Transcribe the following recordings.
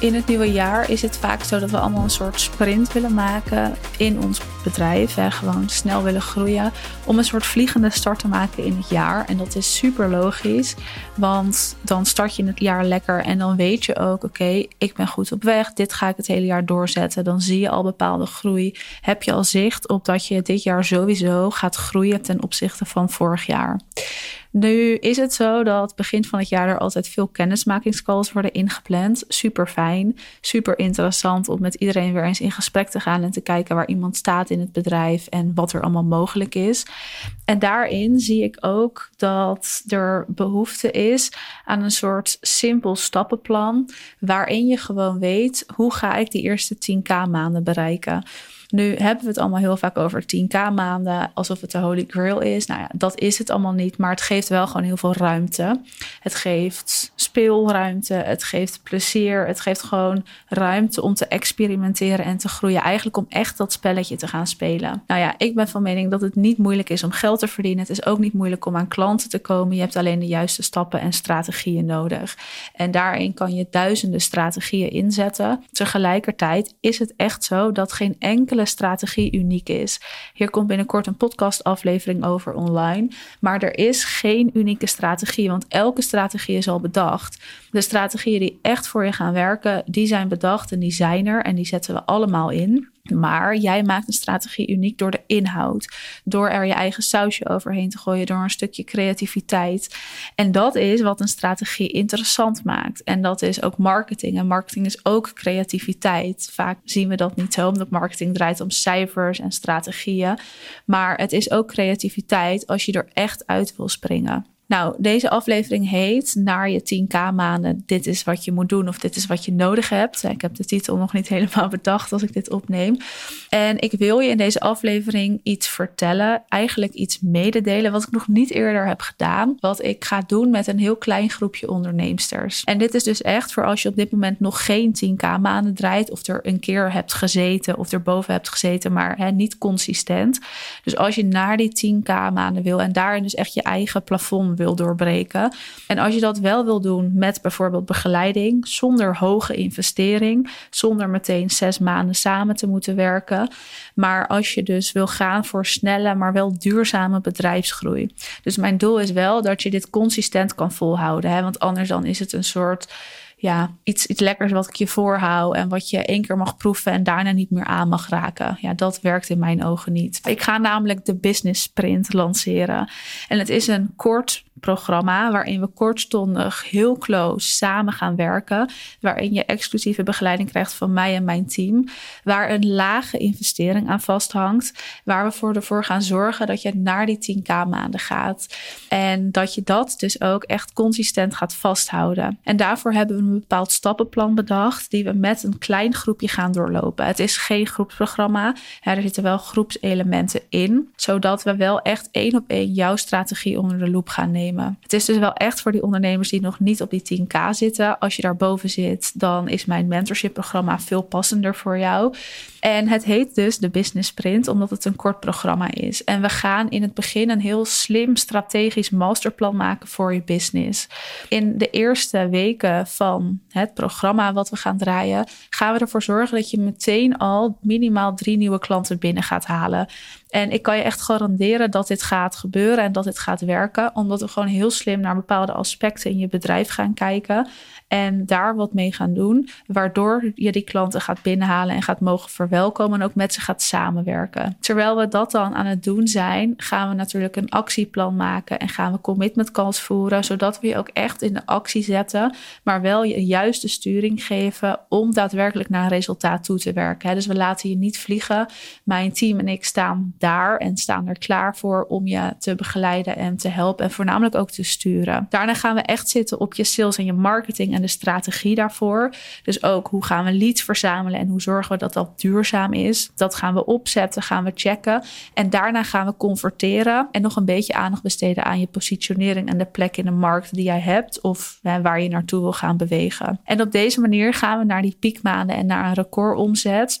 In het nieuwe jaar is het vaak zo dat we allemaal een soort sprint willen maken in ons bedrijf. Gewoon snel willen groeien om een soort vliegende start te maken in het jaar. En dat is super logisch, want dan start je het jaar lekker en dan weet je ook, oké, ik ben goed op weg. Dit ga ik het hele jaar doorzetten. Dan zie je al bepaalde groei. Heb je al zicht op dat je dit jaar sowieso gaat groeien ten opzichte van vorig jaar. Nu is het zo dat begin van het jaar er altijd veel kennismakingscalls worden ingepland. Super fijn, super interessant om met iedereen weer eens in gesprek te gaan en te kijken waar iemand staat in het bedrijf en wat er allemaal mogelijk is. En daarin zie ik ook dat er behoefte is aan een soort simpel stappenplan waarin je gewoon weet, hoe ga ik die eerste 10k maanden bereiken? Nu hebben we het allemaal heel vaak over 10k maanden, alsof het de holy grail is. Nou ja, dat is het allemaal niet, maar het geeft wel gewoon heel veel ruimte. Het geeft speelruimte, het geeft plezier, het geeft gewoon ruimte om te experimenteren en te groeien. Eigenlijk om echt dat spelletje te gaan spelen. Nou ja, ik ben van mening dat het niet moeilijk is om geld te verdienen. Het is ook niet moeilijk om aan klanten te komen. Je hebt alleen de juiste stappen en strategieën nodig. En daarin kan je duizenden strategieën inzetten. Tegelijkertijd is het echt zo dat geen enkele strategie uniek is. Hier komt binnenkort een podcastaflevering over online. Maar er is geen unieke strategie, want elke strategie is al bedacht. De strategieën die echt voor je gaan werken, die zijn bedacht en die zijn er en die zetten we allemaal in. Maar jij maakt een strategie uniek door de inhoud. Door er je eigen sausje overheen te gooien. Door een stukje creativiteit. En dat is wat een strategie interessant maakt. En dat is ook marketing. En marketing is ook creativiteit. Vaak zien we dat niet zo. Omdat marketing draait om cijfers en strategieën. Maar het is ook creativiteit als je er echt uit wil springen. Nou, deze aflevering heet Naar je 10k maanden. Dit is wat je moet doen of dit is wat je nodig hebt. Ik heb de titel nog niet helemaal bedacht als ik dit opneem. En ik wil je in deze aflevering iets vertellen. Eigenlijk iets mededelen wat ik nog niet eerder heb gedaan. Wat ik ga doen met een heel klein groepje onderneemsters. En dit is dus echt voor als je op dit moment nog geen 10k maanden draait. Of er een keer hebt gezeten of erboven hebt gezeten. Maar niet consistent. Dus als je naar die 10k maanden wil. En daarin dus echt je eigen plafond wil doorbreken. En als je dat wel wil doen met bijvoorbeeld begeleiding, zonder hoge investering, zonder meteen 6 maanden samen te moeten werken. Maar als je dus wil gaan voor snelle, maar wel duurzame bedrijfsgroei. Dus mijn doel is wel dat je dit consistent kan volhouden. Want anders dan is het een soort iets lekkers wat ik je voorhoud en wat je 1 keer mag proeven en daarna niet meer aan mag raken. Ja, dat werkt in mijn ogen niet. Ik ga namelijk de Business Sprint lanceren. En het is een kort programma waarin we kortstondig heel close samen gaan werken. Waarin je exclusieve begeleiding krijgt van mij en mijn team. Waar een lage investering aan vasthangt. Waar we ervoor gaan zorgen dat je naar die 10k maanden gaat. En dat je dat dus ook echt consistent gaat vasthouden. En daarvoor hebben we een bepaald stappenplan bedacht. Die we met een klein groepje gaan doorlopen. Het is geen groepsprogramma. Er zitten wel groepselementen in. Zodat we wel echt 1 op 1 jouw strategie onder de loep gaan nemen. Het is dus wel echt voor die ondernemers die nog niet op die 10k zitten. Als je daarboven zit, dan is mijn mentorship programma veel passender voor jou. En het heet dus de Business Sprint, omdat het een kort programma is. En we gaan in het begin een heel slim strategisch masterplan maken voor je business. In de eerste weken van het programma wat we gaan draaien, gaan we ervoor zorgen dat je meteen al minimaal 3 nieuwe klanten binnen gaat halen. En ik kan je echt garanderen dat dit gaat gebeuren en dat dit gaat werken. Omdat we gewoon heel slim naar bepaalde aspecten in je bedrijf gaan kijken. En daar wat mee gaan doen. Waardoor je die klanten gaat binnenhalen en gaat mogen verwelkomen. En ook met ze gaat samenwerken. Terwijl we dat dan aan het doen zijn, gaan we natuurlijk een actieplan maken. En gaan we commitment calls voeren. Zodat we je ook echt in de actie zetten. Maar wel je juiste sturing geven om daadwerkelijk naar een resultaat toe te werken. Dus we laten je niet vliegen. Mijn team en ik staan daar en staan er klaar voor om je te begeleiden en te helpen en voornamelijk ook te sturen. Daarna gaan we echt zitten op je sales en je marketing en de strategie daarvoor. Dus ook hoe gaan we leads verzamelen en hoe zorgen we dat dat duurzaam is. Dat gaan we opzetten, gaan we checken en daarna gaan we converteren en nog een beetje aandacht besteden aan je positionering en de plek in de markt die jij hebt of waar je naartoe wil gaan bewegen. En op deze manier gaan we naar die piekmaanden en naar een recordomzet.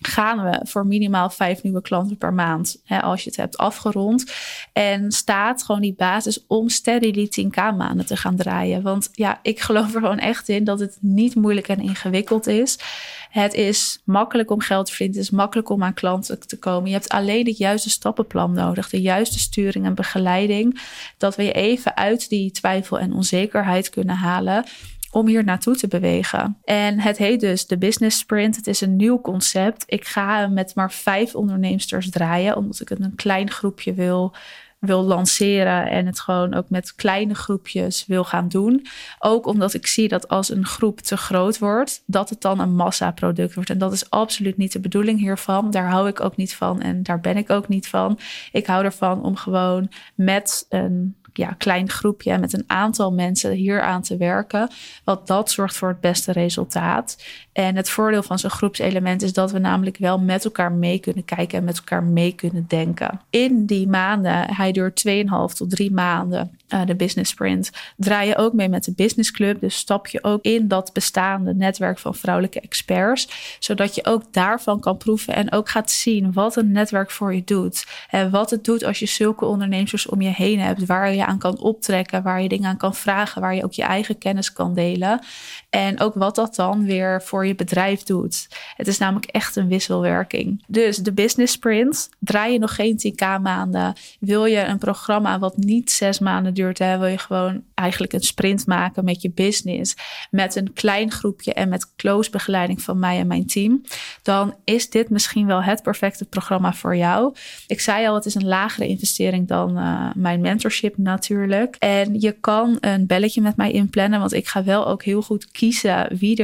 gaan we voor minimaal 5 nieuwe klanten per maand. Als je het hebt afgerond. En staat gewoon die basis om steady die 10k maanden te gaan draaien. Want ja, ik geloof er gewoon echt in dat het niet moeilijk en ingewikkeld is. Het is makkelijk om geld te verdienen. Het is makkelijk om aan klanten te komen. Je hebt alleen het juiste stappenplan nodig. De juiste sturing en begeleiding. Dat we je even uit die twijfel en onzekerheid kunnen halen om hier naartoe te bewegen. En het heet dus de Business Sprint. Het is een nieuw concept. Ik ga met maar 5 onderneemsters draaien, omdat ik het een klein groepje wil lanceren en het gewoon ook met kleine groepjes wil gaan doen. Ook omdat ik zie dat als een groep te groot wordt, dat het dan een massaproduct wordt. En dat is absoluut niet de bedoeling hiervan. Daar hou ik ook niet van en daar ben ik ook niet van. Ik hou ervan om gewoon met een klein groepje, met een aantal mensen hier aan te werken. Want dat zorgt voor het beste resultaat. En het voordeel van zo'n groepselement is dat we namelijk wel met elkaar mee kunnen kijken en met elkaar mee kunnen denken. In die maanden, hij duurt 2,5 tot 3 maanden, de Business Sprint, draai je ook mee met de Business Club. Dus stap je ook in dat bestaande netwerk van vrouwelijke experts, zodat je ook daarvan kan proeven en ook gaat zien wat een netwerk voor je doet. En wat het doet als je zulke ondernemers om je heen hebt, waar je aan kan optrekken, waar je dingen aan kan vragen, waar je ook je eigen kennis kan delen. En ook wat dat dan weer voor je bedrijf doet. Het is namelijk echt een wisselwerking. Dus de Business Sprint, draai je nog geen 10k maanden. Wil je een programma wat niet 6 maanden duurt, wil je gewoon eigenlijk een sprint maken met je business, met een klein groepje en met close begeleiding van mij en mijn team, dan is dit misschien wel het perfecte programma voor jou. Ik zei al, het is een lagere investering dan mijn mentorship natuurlijk. En je kan een belletje met mij inplannen, want ik ga wel ook heel goed kiezen wie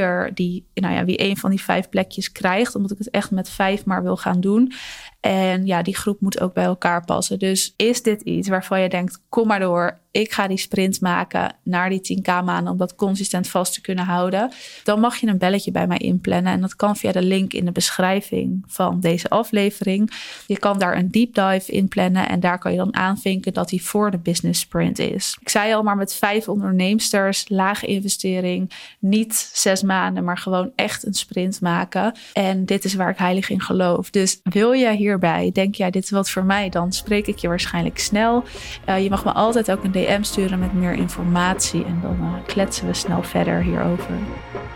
een van die 5 plekjes krijgt, omdat ik het echt met 5 maar wil gaan doen. En ja, die groep moet ook bij elkaar passen. Dus is dit iets waarvan je denkt, kom maar door, ik ga die sprint maken naar die 10k maanden om dat consistent vast te kunnen houden, dan mag je een belletje bij mij inplannen. En dat kan via de link in de beschrijving van deze aflevering. Je kan daar een deep dive inplannen en daar kan je dan aanvinken dat die voor de Business Sprint is. Ik zei al, maar met 5 onderneemsters, lage investering, niet 6 maanden, maar gewoon echt een sprint maken. En dit is waar ik heilig in geloof. Dus wil je hierbij, denk jij dit is wat voor mij, dan spreek ik je waarschijnlijk snel. Je mag me altijd ook een DM sturen met meer informatie en dan kletsen we snel verder hierover.